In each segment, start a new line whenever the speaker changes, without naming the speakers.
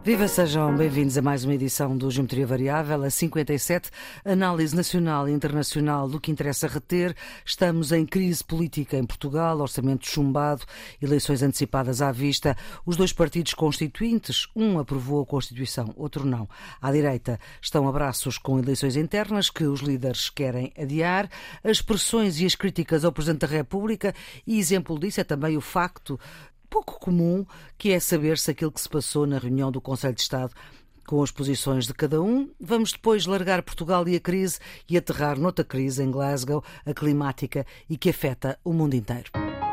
Viva, sejam bem-vindos a mais uma edição do Geometria Variável, a 57, análise nacional e internacional do que interessa reter. Estamos em crise política em Portugal, orçamento chumbado, eleições antecipadas à vista. Os dois partidos constituintes, um aprovou a Constituição, outro não. À direita estão a braços com eleições internas que os líderes querem adiar. As pressões e as críticas ao Presidente da República, e exemplo disso é também o facto pouco comum, que é saber se aquilo que se passou na reunião do Conselho de Estado com as posições de cada um. Vamos depois largar Portugal e a crise e aterrar noutra crise em Glasgow, a climática, e que afeta o mundo inteiro.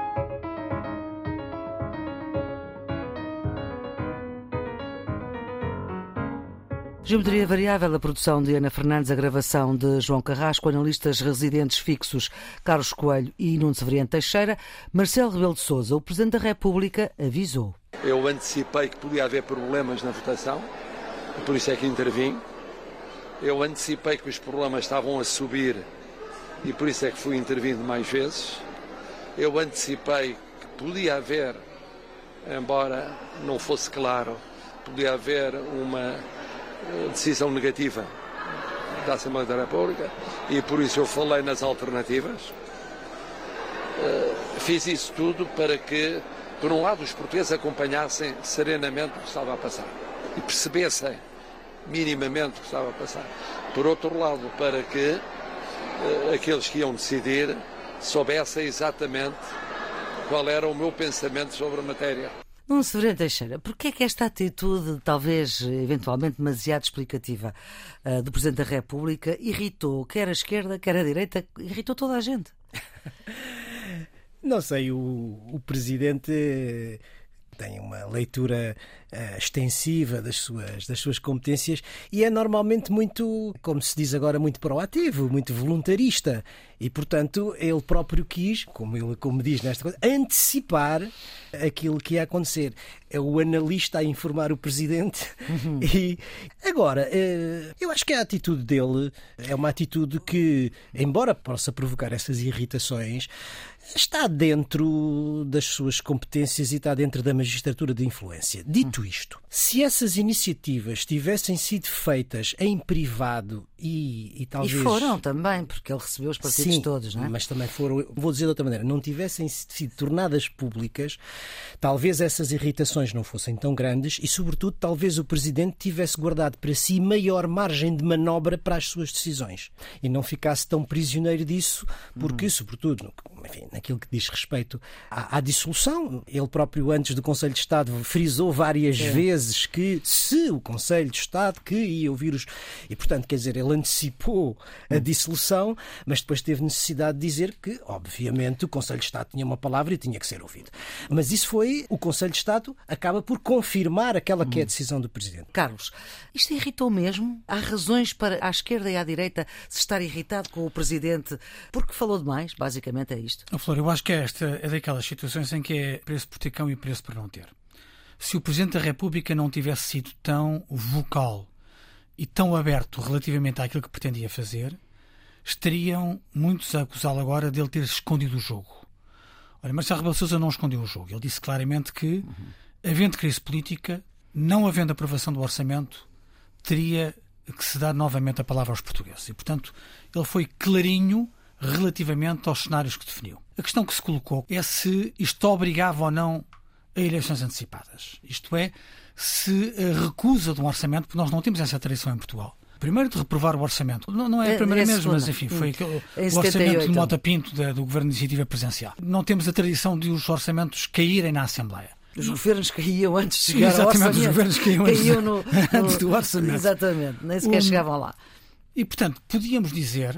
Geometria Variável, a produção de Ana Fernandes, a gravação de João Carrasco, analistas residentes fixos Carlos Coelho e Nuno Severiano Teixeira. Marcelo Rebelo de Sousa, o Presidente da República, avisou.
Eu antecipei que podia haver problemas na votação, e por isso é que intervim. Eu antecipei que os problemas estavam a subir e por isso é que fui intervindo mais vezes. Eu antecipei que podia haver, embora não fosse claro, podia haver uma decisão negativa da Assembleia da República e por isso eu falei nas alternativas. Fiz isso tudo para que, por um lado, os portugueses acompanhassem serenamente o que estava a passar e percebessem minimamente o que estava a passar. Por outro lado, para que aqueles que iam decidir soubessem exatamente qual era o meu pensamento sobre a matéria.
Nuno Severiano Teixeira, porquê é que esta atitude, talvez eventualmente demasiado explicativa, do Presidente da República irritou quer a esquerda, quer a direita, irritou toda a gente?
Não sei, o Presidente tem uma leitura extensiva das suas competências e é normalmente muito, como se diz agora, muito proativo, muito voluntarista. E, portanto, ele próprio quis, como diz nesta coisa, antecipar aquilo que ia acontecer. É o analista a informar o Presidente. E agora, eu acho que a atitude dele é uma atitude que, embora possa provocar essas irritações, está dentro das suas competências e está dentro da magistratura de influência. Dito isto, se essas iniciativas tivessem sido feitas em privado e talvez...
E foram também, porque ele recebeu os partidos todos, não é?
Mas também foram, vou dizer de outra maneira, não tivessem sido tornadas públicas, talvez essas irritações não fossem tão grandes e, sobretudo, talvez o Presidente tivesse guardado para si maior margem de manobra para as suas decisões e não ficasse tão prisioneiro disso, porque, sobretudo, enfim, naquilo que diz respeito à dissolução, ele próprio, antes do Conselho de Estado, frisou várias vezes que se o Conselho de Estado que ia ouvir os... E, portanto, quer dizer, ele antecipou a dissolução, mas depois teve necessidade de dizer que, obviamente, o Conselho de Estado tinha uma palavra e tinha que ser ouvido. Mas isso foi... O Conselho de Estado acaba por confirmar aquela que é a decisão do Presidente.
Carlos, isto irritou mesmo? Há razões para a esquerda e à direita se estar irritado com o Presidente porque falou demais? Basicamente é isto.
Flor, eu acho que esta é daquelas situações em que é preço por ter cão e preço por não ter. Se o Presidente da República não tivesse sido tão vocal e tão aberto relativamente àquilo que pretendia fazer, estariam muitos a acusá-lo agora de ele ter escondido o jogo. Olha, Marcelo Rebelo de Sousa não escondeu o jogo. Ele disse claramente que, havendo crise política, não havendo aprovação do orçamento, teria que se dar novamente a palavra aos portugueses. E, portanto, ele foi clarinho relativamente aos cenários que definiu. A questão que se colocou é se isto obrigava ou não a eleições antecipadas. Isto é, se a recusa de um orçamento, porque nós não temos essa tradição em Portugal. Primeiro de reprovar o orçamento. Não é a primeira mesmo, mas enfim, foi o orçamento de Mota Pinto do Governo de Iniciativa Presidencial. Não temos a tradição de os orçamentos caírem na Assembleia.
Os governos caíam antes de chegar ao orçamento.
Exatamente, os governos caíam antes do orçamento.
Exatamente, nem sequer chegavam lá.
E, portanto, podíamos dizer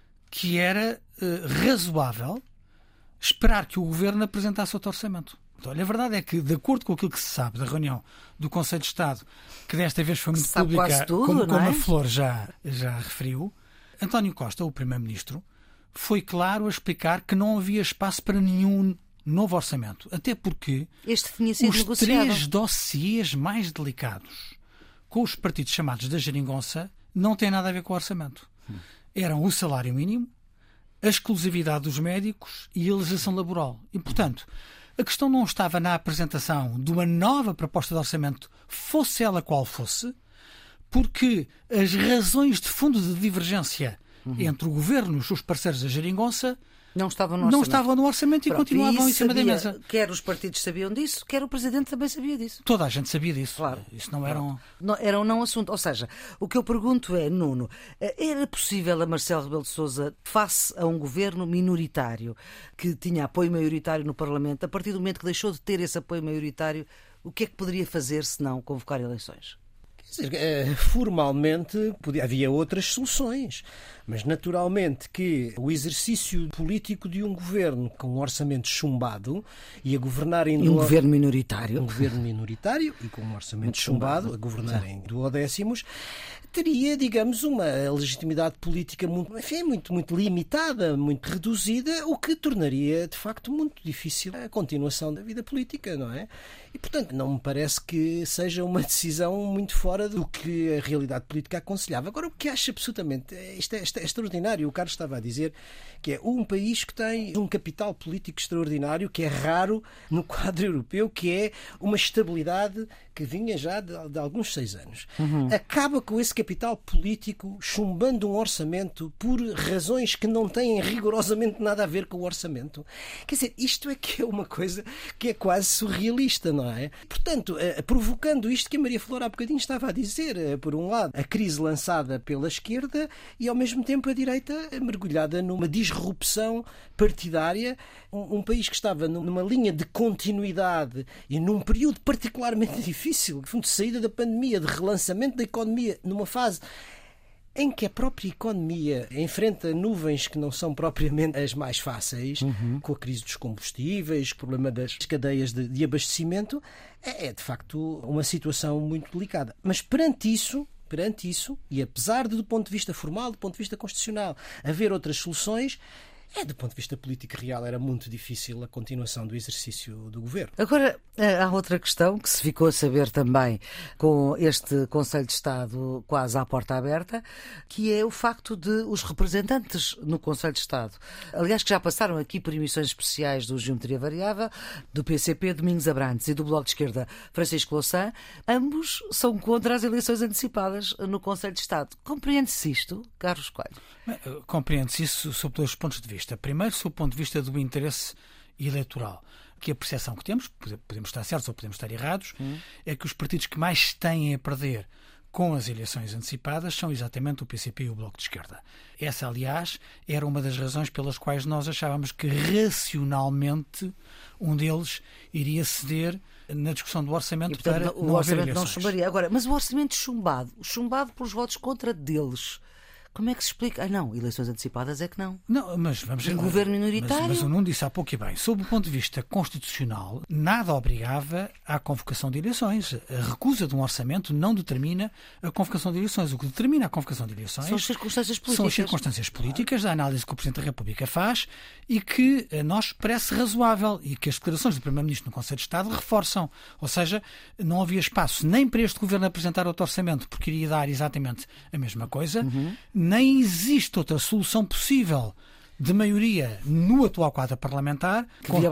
que era razoável esperar que o Governo apresentasse outro orçamento. Então, a verdade é que, de acordo com aquilo que se sabe da reunião do Conselho de Estado, que desta vez foi muito pública, como a Flor já referiu, António Costa, o Primeiro-Ministro, foi claro a explicar que não havia espaço para nenhum novo orçamento. Até porque
este tinha sido
os
negociado.
3 dossiês mais delicados com os partidos chamados da geringonça não têm nada a ver com o orçamento. Eram o salário mínimo, a exclusividade dos médicos e a legislação laboral. E, portanto, A questão não estava na apresentação de uma nova proposta de orçamento, fosse ela qual fosse, porque as razões de fundo de divergência entre o Governo e os seus parceiros da geringonça
não estavam
no orçamento e
Pronto,
continuavam em cima da mesa.
Quer os partidos sabiam disso, quer o Presidente também sabia disso.
Toda a gente sabia disso.
Claro.
Isso não era um...
Era um não assunto. Ou seja, o que eu pergunto é, Nuno, era possível a Marcelo Rebelo de Sousa, face a um governo minoritário que tinha apoio maioritário no Parlamento, a partir do momento que deixou de ter esse apoio maioritário, o que é que poderia fazer se não convocar eleições?
Quer dizer, formalmente havia outras soluções, mas naturalmente que o exercício político de um governo com um orçamento chumbado e a governar em
governo minoritário.
Um governo minoritário e com um orçamento chumbado, a governar em duodécimos, teria, digamos, uma legitimidade política muito limitada, muito reduzida, o que tornaria, de facto, muito difícil a continuação da vida política, não é? E, portanto, não me parece que seja uma decisão muito fora do que a realidade política aconselhava. Agora, o que acho absolutamente... Isto é extraordinário. O Carlos estava a dizer que é um país que tem um capital político extraordinário, que é raro no quadro europeu, que é uma estabilidade que vinha já de alguns 6 anos. Acaba com esse capital político chumbando um orçamento por razões que não têm rigorosamente nada a ver com o orçamento. Quer dizer, isto é que é uma coisa que é quase surrealista, não é? Portanto, provocando isto que a Maria Flor há bocadinho estava a dizer, por um lado, a crise lançada pela esquerda e, ao mesmo tempo, a direita mergulhada numa disrupção partidária, um país que estava numa linha de continuidade e num período particularmente difícil, de saída da pandemia, de relançamento da economia, numa fase em que a própria economia enfrenta nuvens que não são propriamente as mais fáceis, com a crise dos combustíveis, o problema das cadeias de abastecimento, é de facto uma situação muito delicada. Mas perante isso, e apesar de, do ponto de vista formal, do ponto de vista constitucional, haver outras soluções, do ponto de vista político real, era muito difícil a continuação do exercício do governo.
Agora, há outra questão que se ficou a saber também com este Conselho de Estado quase à porta aberta, que é o facto de os representantes no Conselho de Estado, aliás, que já passaram aqui por emissões especiais do Geometria Variável, do PCP, Domingos Abrantes, e do Bloco de Esquerda, Francisco Louçã, ambos são contra as eleições antecipadas no Conselho de Estado. Compreende-se isto, Carlos Coelho?
Compreende-se isso sob 2 pontos de vista. Primeiro, sob o ponto de vista do interesse eleitoral, que a percepção que temos, podemos estar certos ou podemos estar errados, é que os partidos que mais têm a perder com as eleições antecipadas são exatamente o PCP e o Bloco de Esquerda. Essa, aliás, era uma das razões pelas quais nós achávamos que racionalmente um deles iria ceder na discussão do orçamento, e, portanto, para
o orçamento não chumbaria. Agora, mas o orçamento chumbado pelos votos contra deles. Como é que se explica? Não, eleições antecipadas é que não.
Não, mas vamos ver.
Governo minoritário.
Mas o Nuno disse há pouco e bem, sob o ponto de vista constitucional, nada obrigava à convocação de eleições. A recusa de um orçamento não determina a convocação de eleições. O que determina a convocação de eleições
são as circunstâncias políticas.
São as circunstâncias políticas da análise que o Presidente da República faz e que a nós parece razoável e que as declarações do Primeiro-Ministro no Conselho de Estado reforçam. Ou seja, não havia espaço nem para este Governo apresentar outro orçamento, porque iria dar exatamente a mesma coisa, nem existe outra solução possível de maioria no atual quadro parlamentar,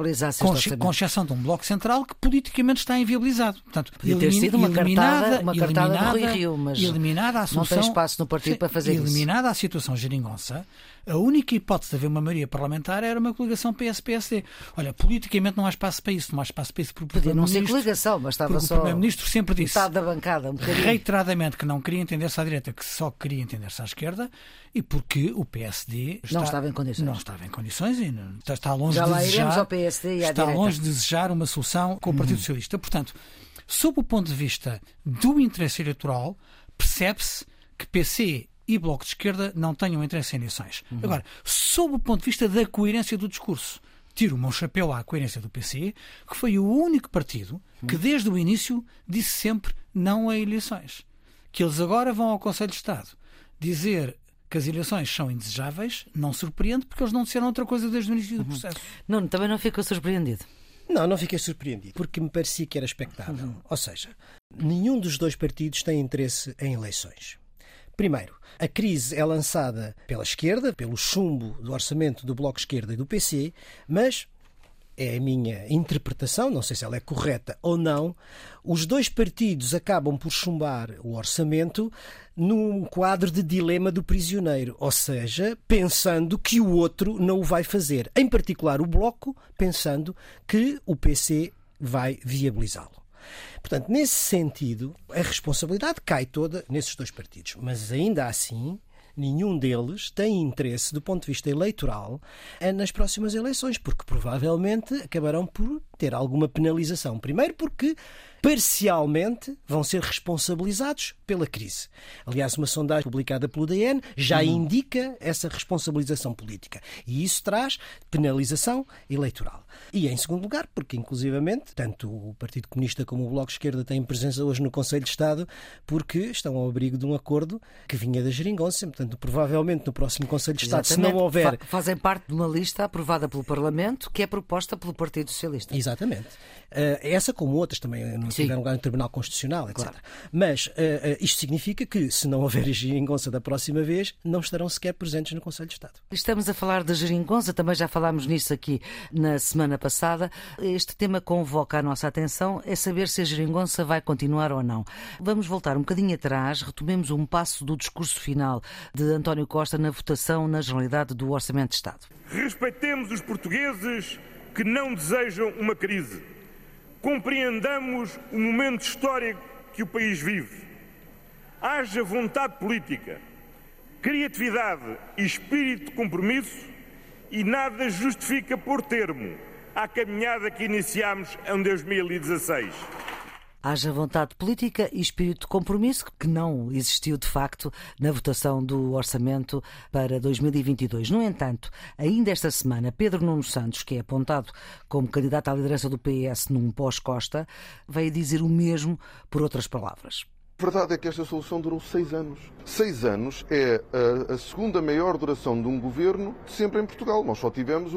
com exceção de um Bloco Central que politicamente está inviabilizado. Portanto,
podia ter sido uma cartada do Rui Rio, mas
eliminada a solução,
não tem espaço no partido para fazer isso.
Eliminada a situação geringonça, a única hipótese de haver uma maioria parlamentar era uma coligação PS-PSD. Olha, politicamente não há espaço para isso, não há espaço para isso.
Podia não ser coligação, mas estava só...
O Primeiro-Ministro sempre disse,
metade da bancada,
reiteradamente, que não queria entender-se à direita, que só queria entender-se à esquerda, e porque o PSD
não estava em condições.
Não estava em condições e está longe
já
de
lá
desejar,
iremos ao PSD e à
está
direita.
longe de desejar uma solução com o Partido Socialista. Portanto, sob o ponto de vista do interesse eleitoral, percebe-se que PC e Bloco de Esquerda não tenham interesse em eleições. Agora, sob o ponto de vista da coerência do discurso, tiro o meu chapéu à coerência do PCE, que foi o único partido que desde o início disse sempre não a eleições. Que eles agora vão ao Conselho de Estado dizer que as eleições são indesejáveis, não surpreende, porque eles não disseram outra coisa desde o início do processo.
Não, também não ficou surpreendido.
Não fiquei surpreendido, porque me parecia que era expectável. Ou seja, nenhum dos 2 partidos tem interesse em eleições. Primeiro, a crise é lançada pela esquerda, pelo chumbo do orçamento do Bloco de Esquerda e do PC, mas é a minha interpretação, não sei se ela é correta ou não, os dois partidos acabam por chumbar o orçamento num quadro de dilema do prisioneiro, ou seja, pensando que o outro não o vai fazer. Em particular o Bloco, pensando que o PC vai viabilizá-lo. Portanto, nesse sentido, a responsabilidade cai toda nesses dois partidos. Mas ainda assim, nenhum deles tem interesse, do ponto de vista eleitoral, nas próximas eleições, porque provavelmente acabarão por ter alguma penalização. Primeiro porque parcialmente vão ser responsabilizados pela crise. Aliás, uma sondagem publicada pelo DN já indica essa responsabilização política. E isso traz penalização eleitoral. E em segundo lugar, porque inclusivamente, tanto o Partido Comunista como o Bloco de Esquerda têm presença hoje no Conselho de Estado, porque estão ao abrigo de um acordo que vinha da geringonça. Portanto, provavelmente no próximo Conselho de Estado,
exatamente,
se não houver...
Fazem parte de uma lista aprovada pelo Parlamento, que é proposta pelo Partido Socialista.
Exatamente. Essa, como outras, também não tiveram lugar no Tribunal Constitucional, etc. Claro. Mas isto significa que, se não houver geringonça da próxima vez, não estarão sequer presentes no Conselho de Estado.
Estamos a falar da geringonça, também já falámos nisso aqui na semana passada. Este tema convoca a nossa atenção, é saber se a geringonça vai continuar ou não. Vamos voltar um bocadinho atrás, retomemos um passo do discurso final de António Costa na votação na Generalidade do Orçamento de Estado.
Respeitemos os portugueses que não desejam uma crise. Compreendamos o momento histórico que o país vive. Haja vontade política, criatividade e espírito de compromisso e nada justifica pôr termo à caminhada que iniciámos em 2016.
Haja vontade política e espírito de compromisso, que não existiu de facto na votação do orçamento para 2022. No entanto, ainda esta semana, Pedro Nuno Santos, que é apontado como candidato à liderança do PS num pós-Costa, veio dizer o mesmo por outras palavras.
A verdade é que esta solução durou 6 anos. 6 anos é a segunda maior duração de um governo de sempre em Portugal. Nós só tivemos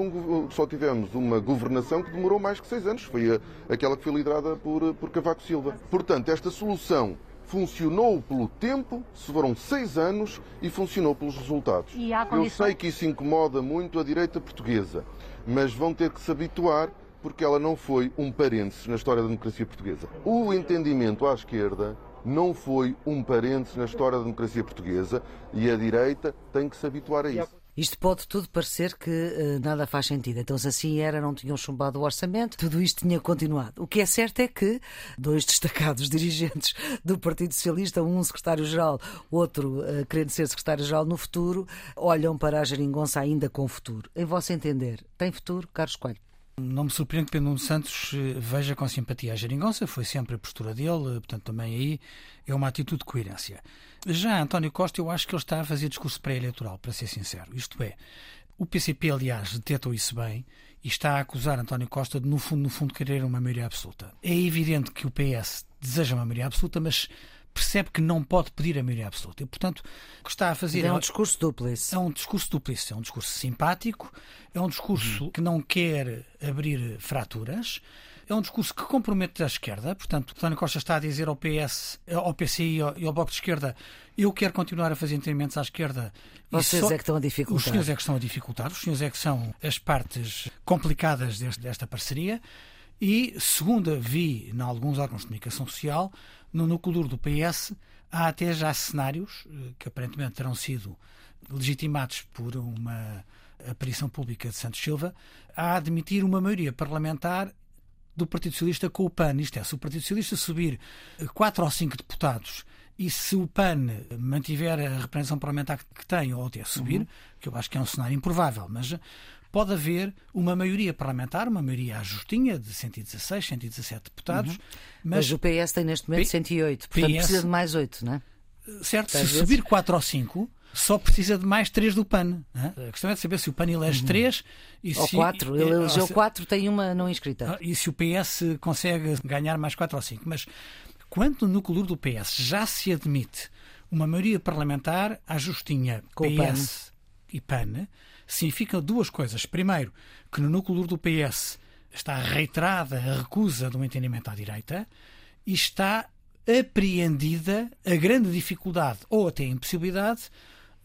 uma governação que demorou mais que 6 anos. Foi aquela que foi liderada por Cavaco Silva. Portanto, esta solução funcionou pelo tempo, foram 6 anos e funcionou pelos resultados. Eu sei que isso incomoda muito a direita portuguesa, mas vão ter que se habituar porque ela não foi um parênteses na história da democracia portuguesa. O entendimento à esquerda não foi um parênteses na história da democracia portuguesa e a direita tem que se habituar a isso.
Isto pode tudo parecer que nada faz sentido. Então, se assim era, não tinham chumbado o orçamento, tudo isto tinha continuado. O que é certo é que 2 destacados dirigentes do Partido Socialista, um secretário-geral, outro querendo ser secretário-geral no futuro, olham para a geringonça ainda com futuro. Em vosso entender, tem futuro, Carlos Coelho?
Não me surpreende que Pedro Nuno Santos veja com simpatia a geringonça, foi sempre a postura dele, portanto também aí é uma atitude de coerência. Já António Costa, eu acho que ele está a fazer discurso pré-eleitoral, para ser sincero. Isto é, o PCP, aliás, detectou isso bem e está a acusar António Costa de, no fundo, querer uma maioria absoluta. É evidente que o PS deseja uma maioria absoluta, mas percebe que não pode pedir a maioria absoluta. E, portanto, o que está a fazer...
É um discurso dúplice.
É um discurso dúplice. É um discurso simpático, é um discurso que não quer abrir fraturas, é um discurso que compromete a esquerda. Portanto, António Costa está a dizer ao PS, ao PCI e ao Bloco de Esquerda: eu quero continuar a fazer entendimentos à esquerda.
Vocês é que estão a dificultar.
Os senhores é que estão a dificultar. Os senhores é que são as partes complicadas desta parceria. E, segundo vi em alguns órgãos de comunicação social, no núcleo duro do PS há até já cenários que aparentemente terão sido legitimados por uma aparição pública de Santos Silva a admitir uma maioria parlamentar do Partido Socialista com o PAN. Isto é, se o Partido Socialista subir 4 ou 5 deputados e se o PAN mantiver a representação parlamentar que tem ou até subir, que eu acho que é um cenário improvável, mas pode haver uma maioria parlamentar, uma maioria justinha de 116, 117 deputados.
Mas o PS tem neste momento 108, portanto precisa de mais 8, não é?
Certo, se subir 4 ou 5, só precisa de mais 3 do PAN. A questão é de saber se o PAN elege 3 e
ou
se...
4, ele elegeu 4, tem uma não inscrita.
E se o PS consegue ganhar mais 4 ou 5. Mas quando no núcleo do PS já se admite uma maioria parlamentar à justinha
com
PS e PAN, significa 2 coisas. Primeiro, que no núcleo do PS está reiterada a recusa de um entendimento à direita e está apreendida a grande dificuldade ou até a impossibilidade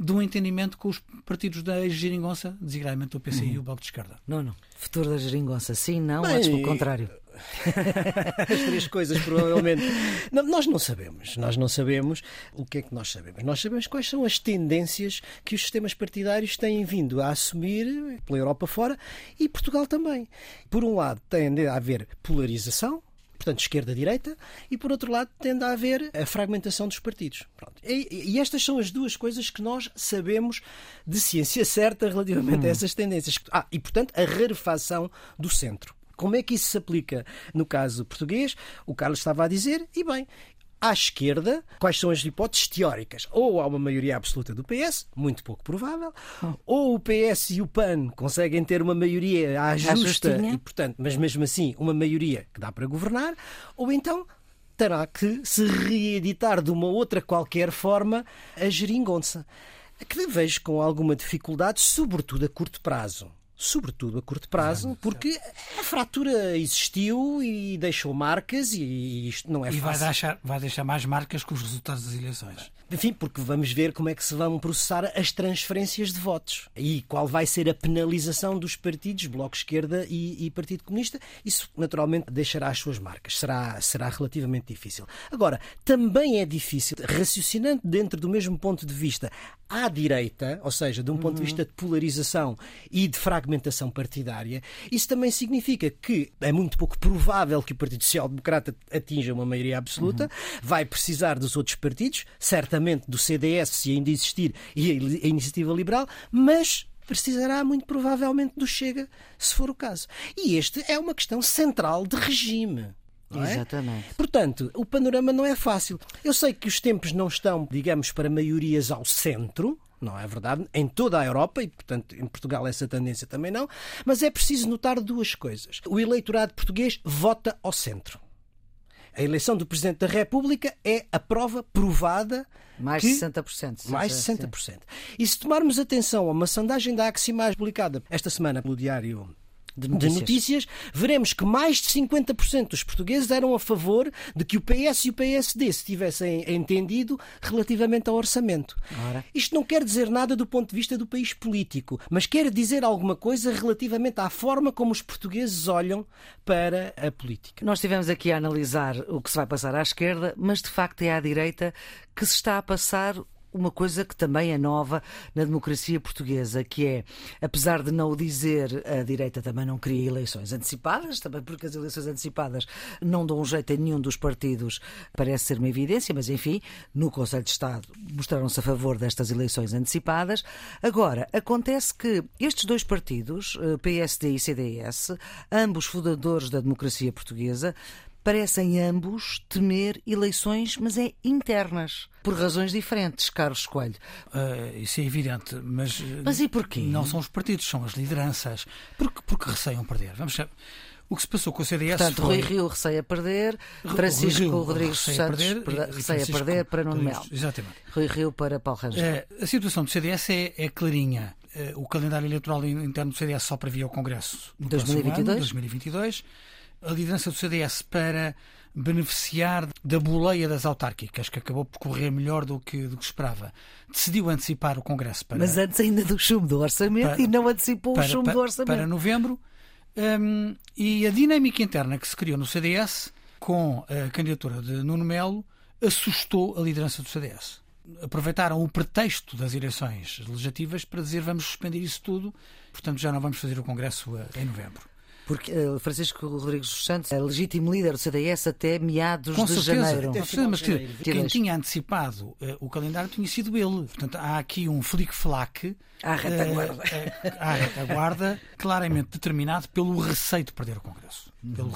de um entendimento com os partidos da ex-geringonça, designadamente o PCI e o Bloco de Esquerda.
Não. Futuro da geringonça, sim, não,
Bem,
antes pelo contrário.
As três coisas, provavelmente. Nós não sabemos o que é que nós sabemos. Nós sabemos quais são as tendências que os sistemas partidários têm vindo a assumir pela Europa fora e Portugal também. Por um lado, tende a haver polarização, portanto, esquerda-direita, e por outro lado tende a haver a fragmentação dos partidos. Pronto. E estas são as duas coisas que nós sabemos de ciência certa relativamente a essas tendências. E, portanto, a rarefação do centro. Como é que isso se aplica no caso português? O Carlos estava a dizer, e bem, à esquerda, quais são as hipóteses teóricas? Ou há uma maioria absoluta do PS, muito pouco provável, ou o PS e o PAN conseguem ter uma maioria à justa, e, portanto, mas mesmo assim uma maioria que dá para governar, ou então terá que se reeditar de uma outra qualquer forma a geringonça, que vejo com alguma dificuldade, sobretudo a curto prazo. Porque a fratura existiu e deixou marcas e isto não é fácil.
E vai deixar mais marcas com os resultados das eleições.
Enfim, porque vamos ver como é que se vão processar as transferências de votos e qual vai ser a penalização dos partidos, Bloco Esquerda e Partido Comunista. Isso, naturalmente, deixará as suas marcas. Será relativamente difícil. Agora, também é difícil, raciocinando dentro do mesmo ponto de vista à direita, ou seja, de um ponto de vista de polarização e de fragmentação partidária, isso também significa que é muito pouco provável que o Partido Social Democrata atinja uma maioria absoluta, vai precisar dos outros partidos, certamente do CDS, se ainda existir, e a Iniciativa Liberal, mas precisará muito provavelmente do Chega, se for o caso. E este é uma questão central de regime.
Exatamente.
Portanto, o panorama não é fácil. Eu sei que os tempos não estão, digamos, para maiorias ao centro, não é verdade? Em toda a Europa, e portanto em Portugal essa tendência também não, mas é preciso notar duas coisas. O eleitorado português vota ao centro. A eleição do Presidente da República é a prova provada.
Mais de 60%.
Mais de 60%. E se tomarmos atenção a uma sondagem da Aximage publicada esta semana pelo Diário de Notícias, veremos que mais de 50% dos portugueses eram a favor de que o PS e o PSD se tivessem entendido relativamente ao orçamento. Isto não quer dizer nada do ponto de vista do país político, mas quer dizer alguma coisa relativamente à forma como os portugueses olham para a política.
Nós estivemos aqui a analisar o que se vai passar à esquerda, mas de facto é à direita que se está a passar uma coisa que também é nova na democracia portuguesa, que é, apesar de não o dizer, a direita também não queria eleições antecipadas, também porque as eleições antecipadas não dão um jeito a nenhum dos partidos, parece ser uma evidência, mas enfim, no Conselho de Estado mostraram-se a favor destas eleições antecipadas. Agora, acontece que estes dois partidos, PSD e CDS, ambos fundadores da democracia portuguesa, parecem ambos temer eleições, mas internas, por razões diferentes, Carlos Coelho.
Isso é evidente,
mas e porquê?
Não são os partidos, são as lideranças. Porque receiam perder. Vamos ver. O que se passou com o CDS
Portanto,
foi...
Rui Rio receia perder, Francisco Rodrigues Santos receia perder para Nuno Melo.
Exatamente.
Rui Rio para Paulo Rangel.
A situação do CDS é clarinha. O calendário eleitoral interno do CDS só previa o Congresso no 2022. A liderança do CDS, para beneficiar da boleia das autárquicas, que acabou por correr melhor do que se esperava, decidiu antecipar o Congresso para...
Mas antes ainda do chumbo do orçamento e não antecipou o chumbo do orçamento.
Para novembro. E a dinâmica interna que se criou no CDS, com a candidatura de Nuno Melo, assustou a liderança do CDS. Aproveitaram o pretexto das eleições legislativas para dizer vamos suspender isso tudo, portanto já não vamos fazer o Congresso em novembro.
Porque Francisco Rodrigues Santos é legítimo líder do CDS até meados de janeiro.
Mas quem tinha antecipado o calendário tinha sido ele. Portanto, há aqui um flic-flac
à
retaguarda claramente determinado pelo receio de perder o Congresso.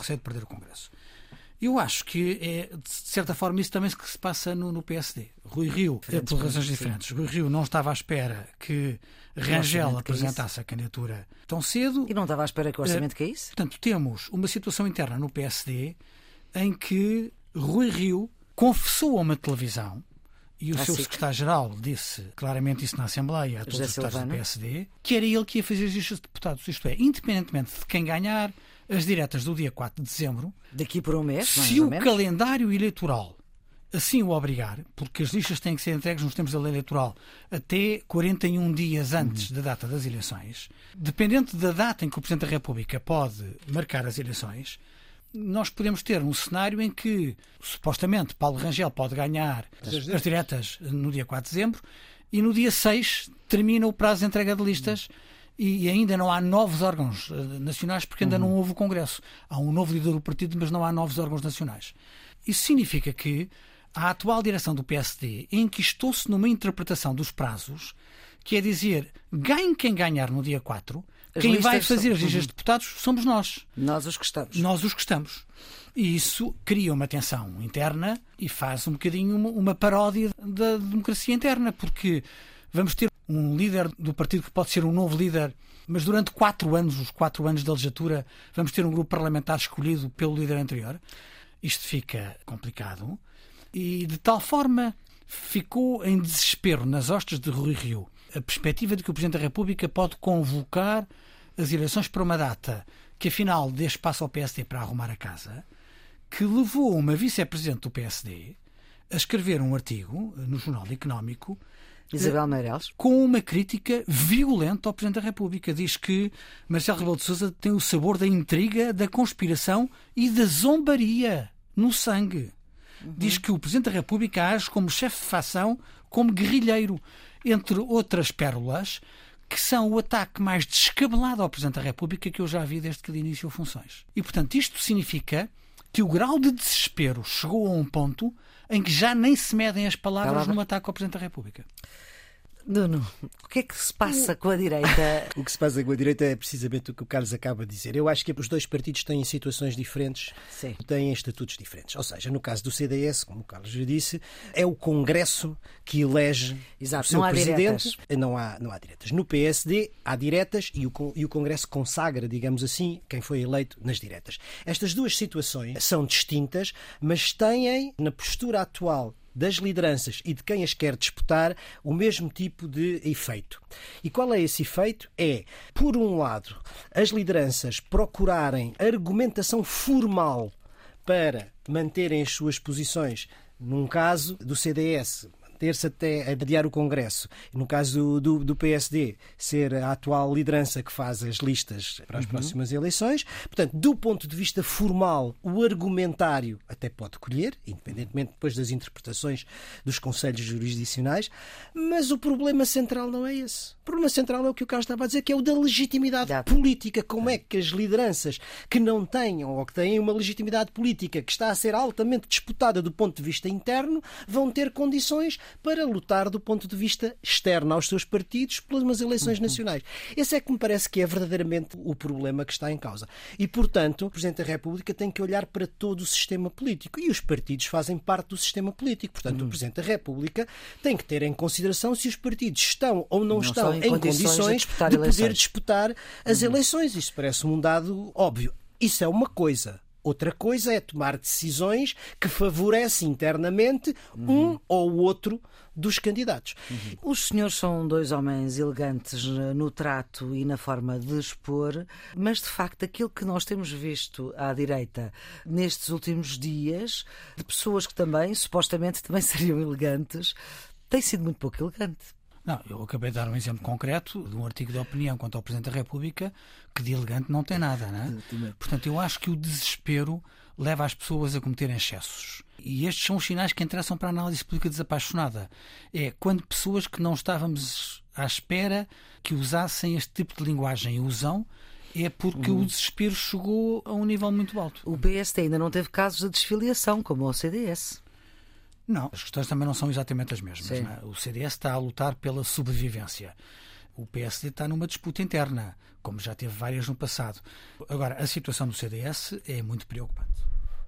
Eu acho que é, de certa forma, isso também que se passa no PSD. Rui Rio, por razões diferentes. Rui Rio não estava à espera que Rangel apresentasse a candidatura tão cedo.
E não estava à espera que o orçamento caísse?
Portanto, temos uma situação interna no PSD em que Rui Rio confessou a uma televisão, e o seu secretário-geral disse claramente isso na Assembleia a todos os deputados do PSD, que era ele que ia fazer as listas de deputados. Isto é, independentemente de quem ganhar as diretas do dia 4 de dezembro,
daqui por um mês,
se o calendário eleitoral assim o obrigar, porque as listas têm que ser entregues nos termos da lei eleitoral até 41 dias antes da data das eleições, dependente da data em que o Presidente da República pode marcar as eleições, nós podemos ter um cenário em que, supostamente, Paulo Rangel pode ganhar as diretas no dia 4 de dezembro e no dia 6 termina o prazo de entrega de listas e ainda não há novos órgãos nacionais porque ainda não houve o Congresso. Há um novo líder do partido, mas não há novos órgãos nacionais. Isso significa que a atual direção do PSD enquistou-se numa interpretação dos prazos, que é dizer, ganhe quem ganhar no dia 4, quem vai fazer as listas de deputados somos nós.
Nós os que estamos.
Nós os que estamos. E isso cria uma tensão interna e faz um bocadinho uma paródia da democracia interna, porque vamos ter um líder do partido que pode ser um novo líder, mas durante 4 anos, os 4 anos da legislatura, vamos ter um grupo parlamentar escolhido pelo líder anterior. Isto fica complicado. E de tal forma ficou em desespero nas hostes de Rui Rio a perspectiva de que o Presidente da República pode convocar as eleições para uma data que afinal dê espaço ao PSD para arrumar a casa, que levou uma vice-presidente do PSD a escrever um artigo no Jornal Económico,
Isabel Meireles,
com uma crítica violenta ao Presidente da República. Diz que Marcelo Rebelo de Sousa tem o sabor da intriga, da conspiração e da zombaria no sangue. Diz que o Presidente da República age como chefe de facção, como guerrilheiro, entre outras pérolas, que são o ataque mais descabelado ao Presidente da República que eu já vi desde que lhe iniciou funções. E, portanto, isto significa que o grau de desespero chegou a um ponto em que já nem se medem as palavras num ataque ao Presidente da República.
Nuno, o que é que se passa com a direita?
O que se passa com a direita é precisamente o que o Carlos acaba de dizer. Eu acho que os dois partidos têm situações diferentes,
Sim.
Têm estatutos diferentes. Ou seja, no caso do CDS, como o Carlos já disse, é o Congresso que elege o seu presidente. Não há diretas. No PSD há diretas e o Congresso consagra, digamos assim, quem foi eleito nas diretas. Estas duas situações são distintas, mas têm, na postura atual das lideranças e de quem as quer disputar, o mesmo tipo de efeito. E qual é esse efeito? É, por um lado, as lideranças procurarem argumentação formal para manterem as suas posições. Num caso do CDS, ter-se até adiar o Congresso. No caso do PSD, ser a atual liderança que faz as listas para as próximas eleições. Portanto, do ponto de vista formal, o argumentário até pode colher, independentemente depois das interpretações dos conselhos jurisdicionais, mas o problema central não é esse. O problema central é o que o Carlos estava a dizer, que é o da legitimidade política. Como é que as lideranças que não tenham ou que têm uma legitimidade política que está a ser altamente disputada do ponto de vista interno vão ter condições para lutar do ponto de vista externo aos seus partidos pelas eleições nacionais. Esse é que me parece que é verdadeiramente o problema que está em causa. E, portanto, o Presidente da República tem que olhar para todo o sistema político. E os partidos fazem parte do sistema político. Portanto, o Presidente da República tem que ter em consideração se os partidos estão ou não estão em condições de poder disputar as eleições. Isto parece um dado óbvio. Isso é uma coisa. Outra coisa é tomar decisões que favorecem internamente um ou outro dos candidatos.
Os senhores são dois homens elegantes no trato e na forma de expor, mas de facto aquilo que nós temos visto à direita nestes últimos dias, de pessoas que também, supostamente, também seriam elegantes, tem sido muito pouco elegante.
Não, eu acabei de dar um exemplo concreto de um artigo de opinião quanto ao Presidente da República que de elegante não tem nada, não é? Portanto, eu acho que o desespero leva as pessoas a cometerem excessos. E estes são os sinais que interessam para a análise política desapaixonada. É quando pessoas que não estávamos à espera que usassem este tipo de linguagem usam, é porque o desespero chegou a um nível muito alto.
O PSD ainda não teve casos de desfiliação, como o CDS.
Não, as questões também não são exatamente as mesmas. Não é? O CDS está a lutar pela sobrevivência. O PSD está numa disputa interna, como já teve várias no passado. Agora, a situação do CDS é muito preocupante.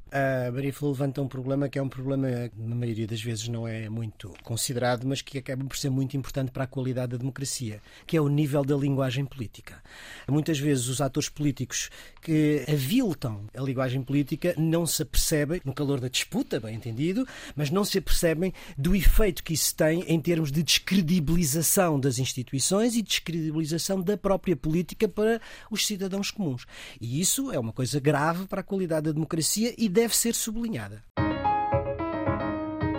A Maria Flor levanta um problema que é um problema que na maioria das vezes não é muito considerado, mas que acaba por ser muito importante para a qualidade da democracia, que é o nível da linguagem política. Muitas vezes os atores políticos que aviltam a linguagem política não se apercebem, no calor da disputa, bem entendido, mas não se apercebem do efeito que isso tem em termos de descredibilização das instituições e descredibilização da própria política para os cidadãos comuns. E isso é uma coisa grave para a qualidade da democracia e deve ser sublinhada.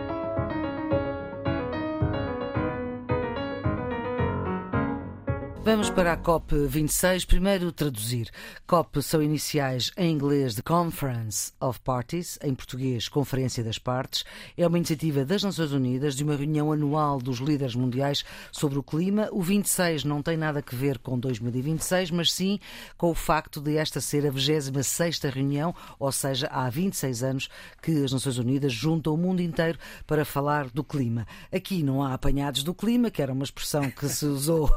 Vamos para a COP26. Primeiro, traduzir. COP são iniciais em inglês de Conference of Parties, em português, Conferência das Partes. É uma iniciativa das Nações Unidas de uma reunião anual dos líderes mundiais sobre o clima. O 26 não tem nada a ver com 2026, mas sim com o facto de esta ser a 26ª reunião, ou seja, há 26 anos que as Nações Unidas juntam o mundo inteiro para falar do clima. Aqui não há apanhados do clima, que era uma expressão que se usou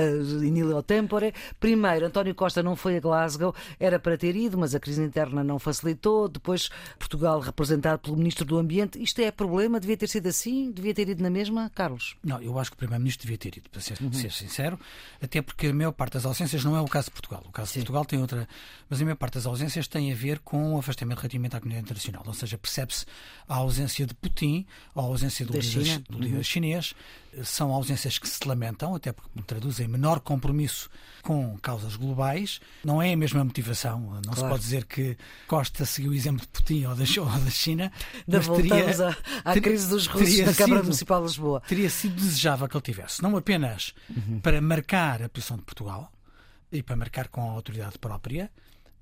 in illo tempore. Primeiro, António Costa não foi a Glasgow, era para ter ido, mas a crise interna não facilitou. Depois, Portugal representado pelo Ministro do Ambiente. Isto é problema? Devia ter sido assim? Devia ter ido na mesma, Carlos?
Não, eu acho que o Primeiro-Ministro devia ter ido, para ser sincero, até porque a maior parte das ausências não é o caso de Portugal. O caso de Portugal tem outra, mas a maior parte das ausências tem a ver com o afastamento relativamente à comunidade internacional. Ou seja, percebe-se a ausência de Putin, a ausência do líder chinês. São ausências que se lamentam, até porque traduzem menor compromisso com causas globais. Não é a mesma motivação. Não se pode dizer que Costa seguiu o exemplo de Putin ou da China.
Mas voltamos à crise dos russos na Câmara Municipal de Lisboa.
Teria sido desejável que ele tivesse, não apenas para marcar a posição de Portugal e para marcar com a autoridade própria,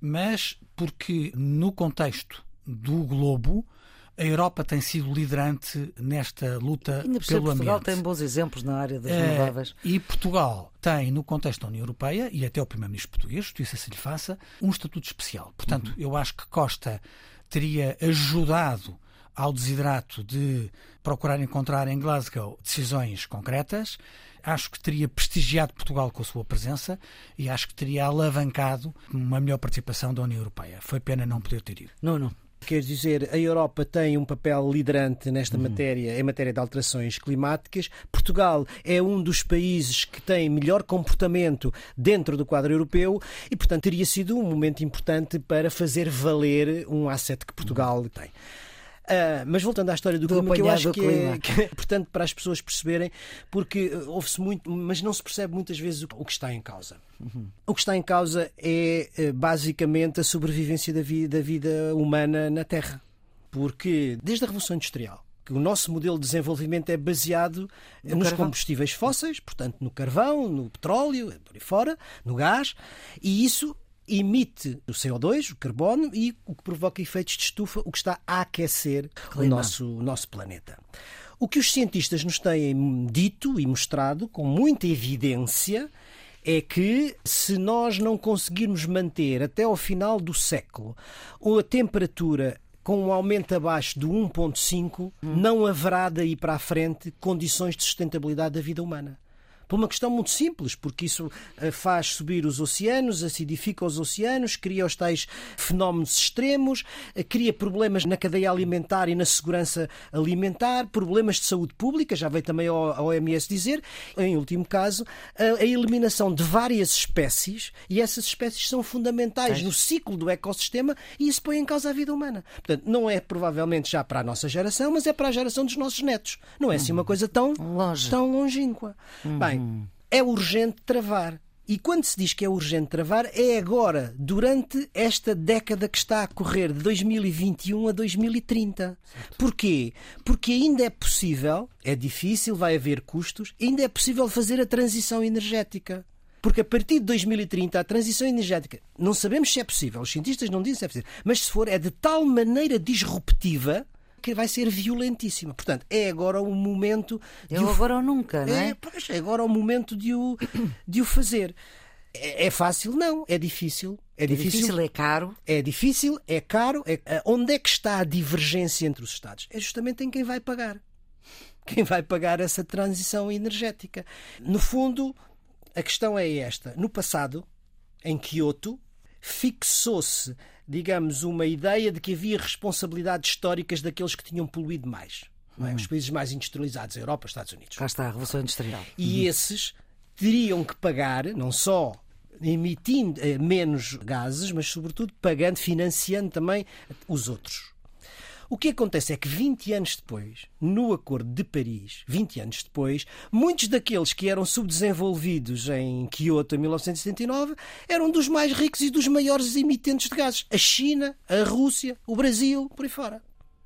mas porque no contexto do globo a Europa tem sido liderante nesta luta pelo ambiente.
Portugal tem bons exemplos na área das renováveis.
E Portugal tem, no contexto da União Europeia, e até o Primeiro-Ministro português, justiça se lhe faça, um estatuto especial. Portanto, eu acho que Costa teria ajudado ao desidrato de procurar encontrar em Glasgow decisões concretas. Acho que teria prestigiado Portugal com a sua presença e acho que teria alavancado uma melhor participação da União Europeia. Foi pena não poder ter ido.
Não.
Quer dizer, a Europa tem um papel liderante nesta matéria, em matéria de alterações climáticas. Portugal é um dos países que tem melhor comportamento dentro do quadro europeu e, portanto, teria sido um momento importante para fazer valer um asset que Portugal tem. Mas voltando à história do clima, que eu acho que é importante para as pessoas perceberem, porque ouve-se muito, mas não se percebe muitas vezes o que está em causa. O que está em causa é basicamente a sobrevivência da vida humana na Terra. Porque desde a Revolução Industrial, que o nosso modelo de desenvolvimento é baseado nos combustíveis fósseis, portanto no carvão, no petróleo, por aí fora, no gás, e isso emite o CO2, o carbono, e o que provoca efeitos de estufa, o que está a aquecer o nosso planeta. O que os cientistas nos têm dito e mostrado com muita evidência é que se nós não conseguirmos manter até ao final do século a temperatura com um aumento abaixo do 1,5, não haverá daí para a frente condições de sustentabilidade da vida humana. Por uma questão muito simples, porque isso faz subir os oceanos, acidifica os oceanos, cria os tais fenómenos extremos, cria problemas na cadeia alimentar e na segurança alimentar, problemas de saúde pública, já veio também a OMS dizer, em último caso, a eliminação de várias espécies, e essas espécies são fundamentais no ciclo do ecossistema e isso põe em causa a vida humana. Portanto, não é provavelmente já para a nossa geração, mas é para a geração dos nossos netos. Não é assim uma coisa tão longínqua. Bem, é urgente travar. E quando se diz que é urgente travar, é agora, durante esta década que está a correr, de 2021 a 2030. Certo. Porquê? Porque ainda é possível, é difícil, vai haver custos, ainda é possível fazer a transição energética. Porque a partir de 2030 a transição energética, não sabemos se é possível, os cientistas não dizem se é possível, mas se for, é de tal maneira disruptiva que vai ser violentíssima. Portanto, é agora o momento...
agora ou nunca, não é?
É agora o momento de o fazer. É fácil? Não. É difícil.
É difícil, é caro.
É difícil, é caro. Onde é que está a divergência entre os Estados? É justamente em quem vai pagar. Quem vai pagar essa transição energética. No fundo, a questão é esta. No passado, em Kyoto, fixou-se, digamos, uma ideia de que havia responsabilidades históricas daqueles que tinham poluído mais. Não é? Os países mais industrializados, a Europa, os Estados Unidos.
Cá está a Revolução Industrial.
E esses teriam que pagar, não só emitindo menos gases, mas sobretudo pagando, financiando também os outros. O que acontece é que 20 anos depois, no Acordo de Paris, 20 anos depois, muitos daqueles que eram subdesenvolvidos em Kyoto em 1979 eram dos mais ricos e dos maiores emitentes de gases. A China, a Rússia, o Brasil, por aí fora.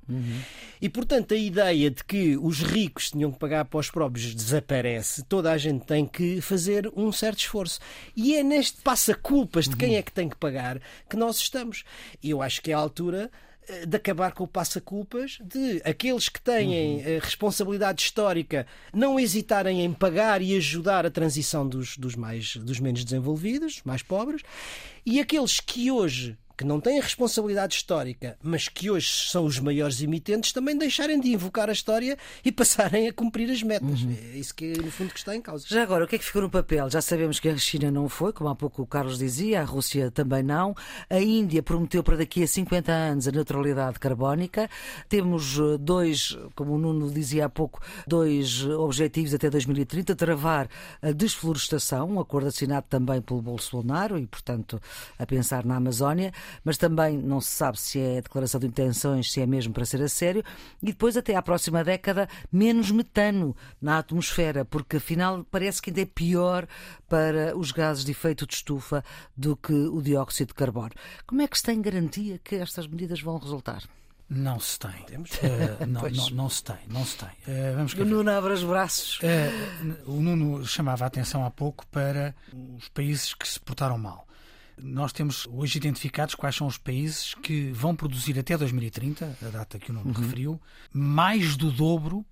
E, portanto, a ideia de que os ricos tinham que pagar para os pobres desaparece. Toda a gente tem que fazer um certo esforço. E é neste passa-culpas de quem é que tem que pagar que nós estamos. E eu acho que é a altura de acabar com o passa-culpas, de aqueles que têm responsabilidade histórica não hesitarem em pagar e ajudar a transição dos menos desenvolvidos, mais pobres, e aqueles que hoje, que não têm responsabilidade histórica, mas que hoje são os maiores emitentes, também deixarem de invocar a história e passarem a cumprir as metas. É isso que, no fundo, que está em causa.
Já agora, o que é que ficou no papel? Já sabemos que a China não foi, como há pouco o Carlos dizia, a Rússia também não. A Índia prometeu para daqui a 50 anos a neutralidade carbónica. Temos dois, como o Nuno dizia há pouco, dois objetivos até 2030, travar a desflorestação, um acordo assinado também pelo Bolsonaro e, portanto, a pensar na Amazónia. Mas também não se sabe se é declaração de intenções, se é mesmo para ser a sério, e depois até à próxima década menos metano na atmosfera, porque afinal parece que ainda é pior para os gases de efeito de estufa do que o dióxido de carbono. Como é que se tem garantia que estas medidas vão resultar?
Não se tem. Não se tem. Vamos
o Nuno abre os braços.
O Nuno chamava a atenção há pouco para os países que se portaram mal. Nós temos hoje identificados quais são os países que vão produzir até 2030, a data que o Nuno referiu, mais do dobro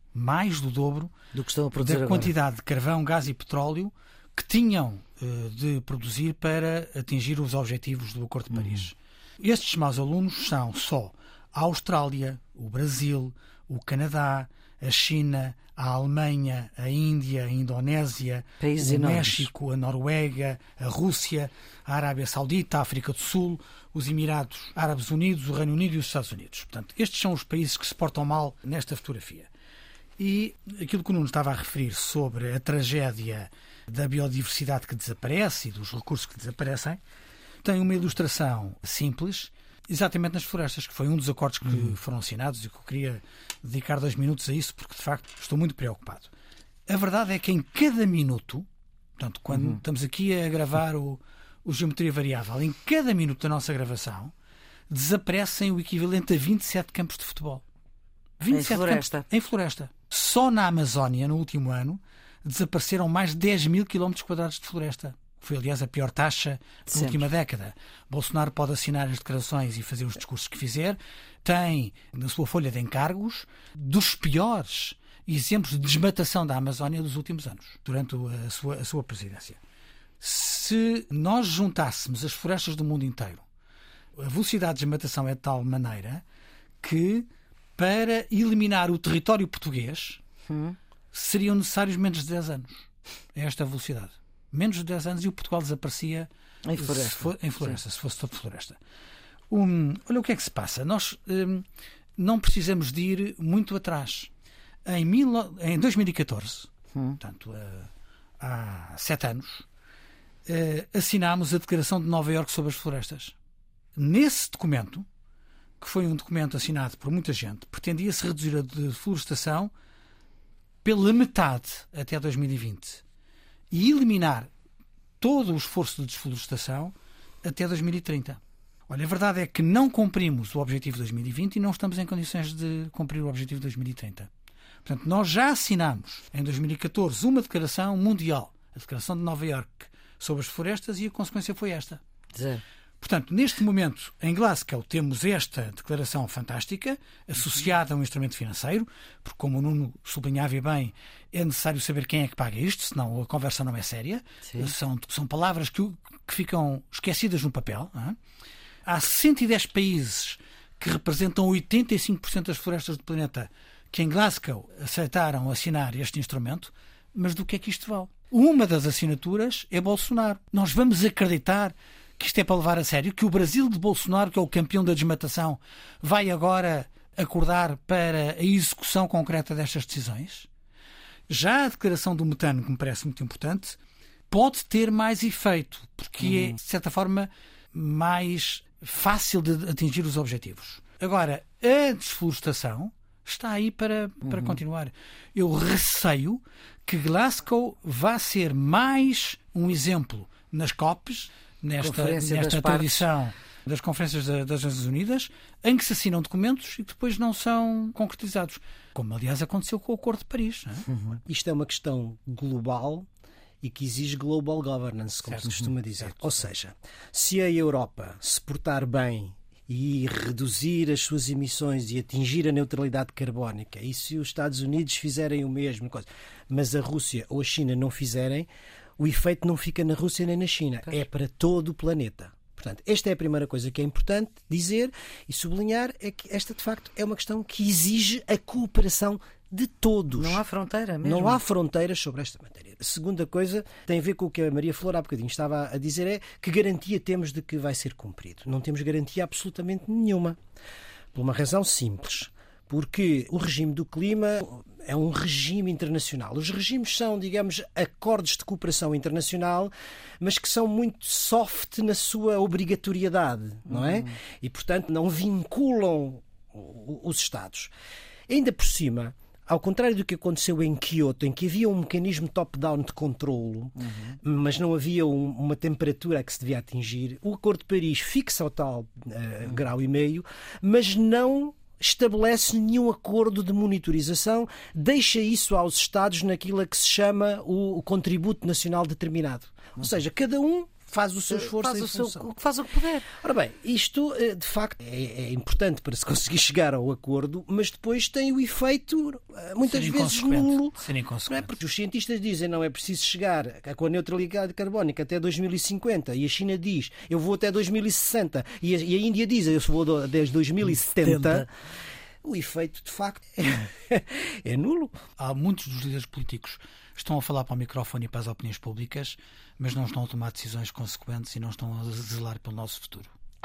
do que estão a produzir
da quantidade de carvão, gás e petróleo que tinham de produzir para atingir os objetivos do Acordo de Paris. Estes maus alunos são só a Austrália, o Brasil, o Canadá, a China, a Alemanha, a Índia, a Indonésia,
países
o
enormes.
México, a Noruega, a Rússia, a Arábia Saudita, a África do Sul, os Emirados Árabes Unidos, o Reino Unido e os Estados Unidos. Portanto, estes são os países que se portam mal nesta fotografia. E aquilo que o Nuno estava a referir sobre a tragédia da biodiversidade que desaparece e dos recursos que desaparecem, tem uma ilustração simples, exatamente nas florestas, que foi um dos acordos que foram assinados e que eu queria dedicar 2 minutos a isso, porque de facto estou muito preocupado. A verdade é que em cada minuto, portanto, quando estamos aqui a gravar o Geometria Variável, em cada minuto da nossa gravação desaparecem o equivalente a 27 campos de futebol. 27 campos em floresta. Só na Amazónia, no último ano, desapareceram mais de 10 mil km² de floresta. Foi, aliás, a pior taxa da última década. Bolsonaro pode assinar as declarações e fazer os discursos que fizer. Tem na sua folha de encargos dos piores exemplos de desmatação da Amazónia dos últimos anos, durante a sua presidência. Se nós juntássemos as florestas do mundo inteiro, a velocidade de desmatação é de tal maneira que, para eliminar o território português, seriam necessários menos de 10 anos. É esta a velocidade. Menos de 10 anos e o Portugal desaparecia em floresta, se fosse toda floresta. Olha o que é que se passa. Nós não precisamos de ir muito atrás. Em 2014, portanto, há 7 anos, assinámos a Declaração de Nova Iorque sobre as Florestas. Nesse documento, que foi um documento assinado por muita gente, pretendia-se reduzir a deflorestação pela metade até 2020 e eliminar todo o esforço de desflorestação até 2030. Olha, a verdade é que não cumprimos o objetivo de 2020 e não estamos em condições de cumprir o objetivo de 2030. Portanto, nós já assinamos em 2014 uma declaração mundial, a Declaração de Nova Iorque sobre as florestas, e a consequência foi esta. Portanto, neste momento, em Glasgow, temos esta declaração fantástica, associada a um instrumento financeiro, porque, como o Nuno sublinhava bem, é necessário saber quem é que paga isto, senão a conversa não é séria. São palavras que ficam esquecidas no papel. Não é? Há 110 países que representam 85% das florestas do planeta que em Glasgow aceitaram assinar este instrumento, mas do que é que isto vale? Uma das assinaturas é Bolsonaro. Nós vamos acreditar que isto é para levar a sério, que o Brasil de Bolsonaro, que é o campeão da desmatação, vai agora acordar para a execução concreta destas decisões? Já a declaração do metano, que me parece muito importante, pode ter mais efeito, porque é, de certa forma, mais fácil de atingir os objetivos. Agora, a desflorestação está aí para continuar. Eu receio que Glasgow vá ser mais um exemplo nas COPs, nesta tradição das conferências das Nações Unidas, em que se assinam documentos e que depois não são concretizados. Como, aliás, aconteceu com o Acordo de Paris. Não é?
Isto é uma questão global e que exige global governance, como se costuma dizer. Ou seja, se a Europa se portar bem e reduzir as suas emissões e atingir a neutralidade carbónica, e se os Estados Unidos fizerem o mesmo, mas a Rússia ou a China não fizerem, o efeito não fica na Rússia nem na China, é para todo o planeta. Portanto, esta é a primeira coisa que é importante dizer e sublinhar, é que esta, de facto, é uma questão que exige a cooperação de todos.
Não há fronteira mesmo.
Não há fronteiras sobre esta matéria. A segunda coisa tem a ver com o que a Maria Flor há bocadinho estava a dizer, é que garantia temos de que vai ser cumprido. Não temos garantia absolutamente nenhuma. Por uma razão simples. Porque o regime do clima é um regime internacional. Os regimes são, digamos, acordos de cooperação internacional, mas que são muito soft na sua obrigatoriedade, não é? E, portanto, não vinculam os Estados. Ainda por cima, ao contrário do que aconteceu em Kyoto, em que havia um mecanismo top-down de controlo, mas não havia uma temperatura a que se devia atingir, o Acordo de Paris fixa o tal grau e meio, mas não estabelece nenhum acordo de monitorização, deixa isso aos Estados naquilo que se chama o contributo nacional determinado. Ou seja, cada um faz o seu esforço
faz o que puder.
Ora bem, isto de facto é importante para se conseguir chegar ao acordo, mas depois tem o efeito muitas vezes nulo. Não é? Porque os cientistas dizem não é preciso chegar com a neutralidade carbónica até 2050 e a China diz eu vou até 2060 e a Índia diz eu vou desde 2070. O efeito, de facto, é nulo.
Há muitos dos líderes políticos que estão a falar para o microfone e para as opiniões públicas, mas não estão a tomar decisões consequentes e não estão a zelar pelo nosso futuro.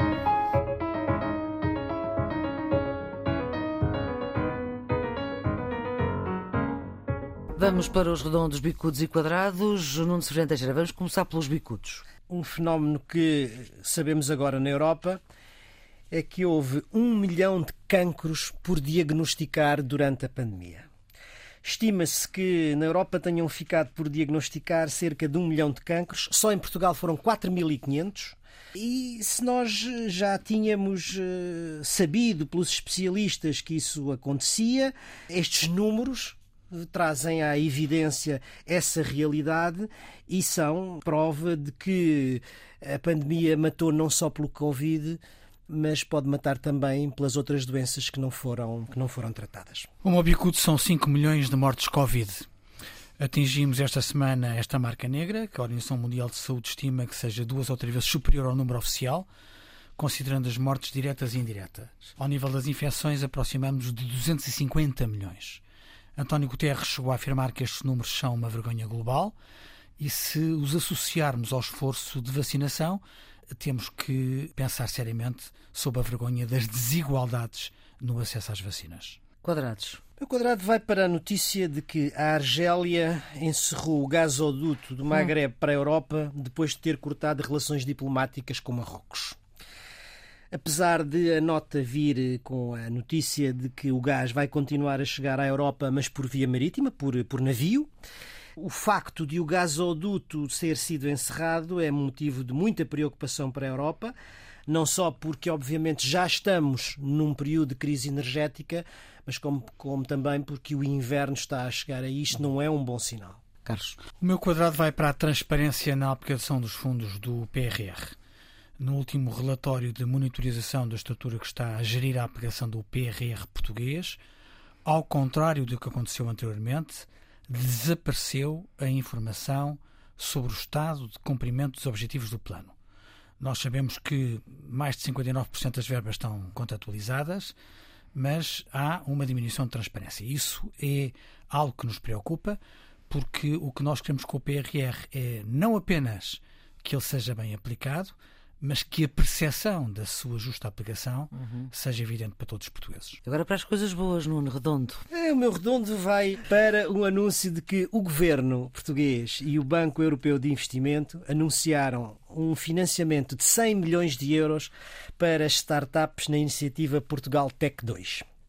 Vamos para os redondos, bicudos e quadrados. Nuno Severino Teixeira, vamos começar pelos bicudos.
Um fenómeno que sabemos agora na Europa é que houve 1 milhão de cancros por diagnosticar durante a pandemia. Estima-se que na Europa tenham ficado por diagnosticar cerca de 1 milhão de cancros. Só em Portugal foram 4.500. E se nós já tínhamos sabido pelos especialistas que isso acontecia, estes números trazem à evidência essa realidade e são prova de que a pandemia matou não só pelo Covid, mas pode matar também pelas outras doenças que não foram tratadas.
O meu bicudo são 5 milhões de mortes Covid. Atingimos esta semana esta marca negra, que a Organização Mundial de Saúde estima que seja 2 ou 3 vezes superior ao número oficial, considerando as mortes diretas e indiretas. Ao nível das infecções, aproximamos de 250 milhões. António Guterres chegou a afirmar que estes números são uma vergonha global e se os associarmos ao esforço de vacinação, temos que pensar seriamente sobre a vergonha das desigualdades no acesso às vacinas.
Quadrados.
O quadrado vai para a notícia de que a Argélia encerrou o gasoduto do Magreb para a Europa depois de ter cortado relações diplomáticas com Marrocos. Apesar de a nota vir com a notícia de que o gás vai continuar a chegar à Europa, mas por via marítima, por navio, o facto de o gasoduto ter sido encerrado é motivo de muita preocupação para a Europa, não só porque, obviamente, já estamos num período de crise energética, mas como também porque o inverno está a chegar a isto, não é um bom sinal.
Carlos.
O meu quadrado vai para a transparência na aplicação dos fundos do PRR. No último relatório de monitorização da estrutura que está a gerir a aplicação do PRR português, ao contrário do que aconteceu anteriormente, desapareceu a informação sobre o estado de cumprimento dos objetivos do plano. Nós sabemos que mais de 59% das verbas estão contratualizadas, mas há uma diminuição de transparência. Isso é algo que nos preocupa, porque o que nós queremos com o PRR é não apenas que ele seja bem aplicado, mas que a percepção da sua justa aplicação seja evidente para todos os portugueses.
Agora para as coisas boas, Nuno, redondo.
O meu redondo vai para um anúncio de que o governo português e o Banco Europeu de Investimento anunciaram um financiamento de 100 milhões de euros para as startups na iniciativa Portugal Tech 2.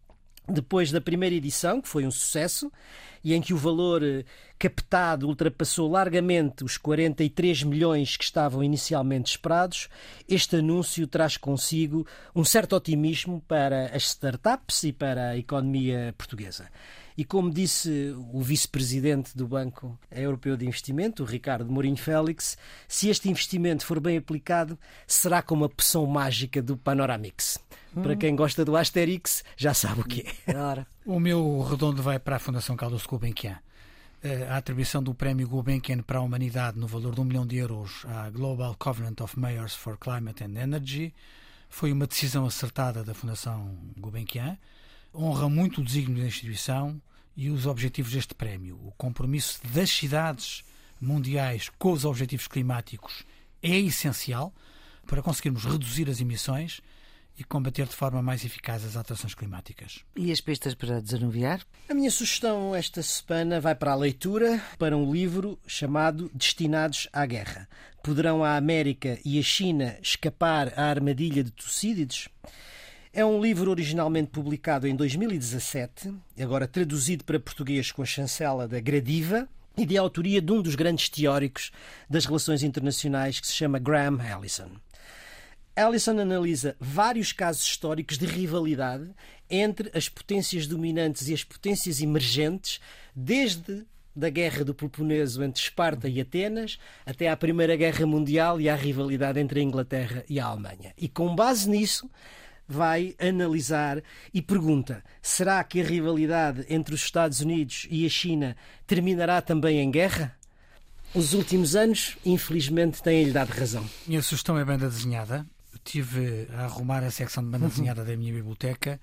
depois da primeira edição, que foi um sucesso, e em que o valor captado ultrapassou largamente os 43 milhões que estavam inicialmente esperados, este anúncio traz consigo um certo otimismo para as startups e para a economia portuguesa. E como disse o vice-presidente do Banco Europeu de Investimento, o Ricardo Mourinho Félix, se este investimento for bem aplicado, será como a poção mágica do Panoramix. Para quem gosta do Asterix, já sabe o que é.
O meu redondo vai para a Fundação Carlos Gulbenkian. A atribuição do Prémio Gulbenkian para a Humanidade no valor de €1 milhão à Global Covenant of Mayors for Climate and Energy foi uma decisão acertada da Fundação Gulbenkian. Honra muito o desígnio da instituição e os objetivos deste prémio. O compromisso das cidades mundiais com os objetivos climáticos é essencial para conseguirmos reduzir as emissões e combater de forma mais eficaz as alterações climáticas.
E as pistas para desanuviar?
A minha sugestão esta semana vai para a leitura, para um livro chamado Destinados à Guerra. Poderão a América e a China escapar à armadilha de Tucídides? É um livro originalmente publicado em 2017, agora traduzido para português com a chancela da Gradiva, e de autoria de um dos grandes teóricos das relações internacionais, que se chama Graham Allison. Allison analisa vários casos históricos de rivalidade entre as potências dominantes e as potências emergentes, desde da Guerra do Peloponeso entre Esparta e Atenas até à Primeira Guerra Mundial e à rivalidade entre a Inglaterra e a Alemanha. E com base nisso vai analisar e pergunta: será que a rivalidade entre os Estados Unidos e a China terminará também em guerra? Os últimos anos, infelizmente, têm-lhe dado razão.
Minha sugestão é banda desenhada. Estive a arrumar a secção de banda desenhada da minha biblioteca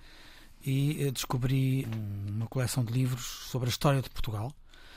e descobri uma coleção de livros sobre a história de Portugal.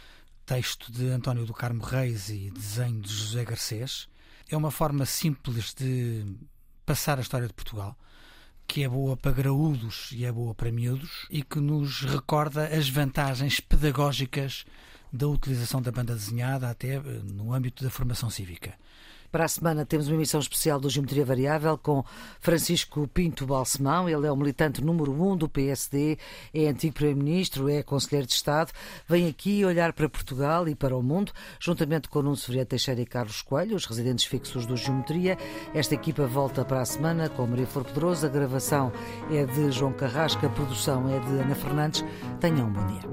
Texto de António do Carmo Reis e desenho de José Garcês. É uma forma simples de passar a história de Portugal, que é boa para graúdos e é boa para miúdos, e que nos recorda as vantagens pedagógicas da utilização da banda desenhada até no âmbito da formação cívica.
Para a semana temos uma emissão especial do Geometria Variável com Francisco Pinto Balsemão. Ele é o militante número 1 do PSD, é antigo Primeiro-Ministro, é Conselheiro de Estado. Vem aqui olhar para Portugal e para o mundo, juntamente com Nuno Severiano Teixeira e Carlos Coelho, os residentes fixos do Geometria. Esta equipa volta para a semana com Maria Flor Pedroso. A gravação é de João Carrasco, a produção é de Ana Fernandes. Tenham um bom dia.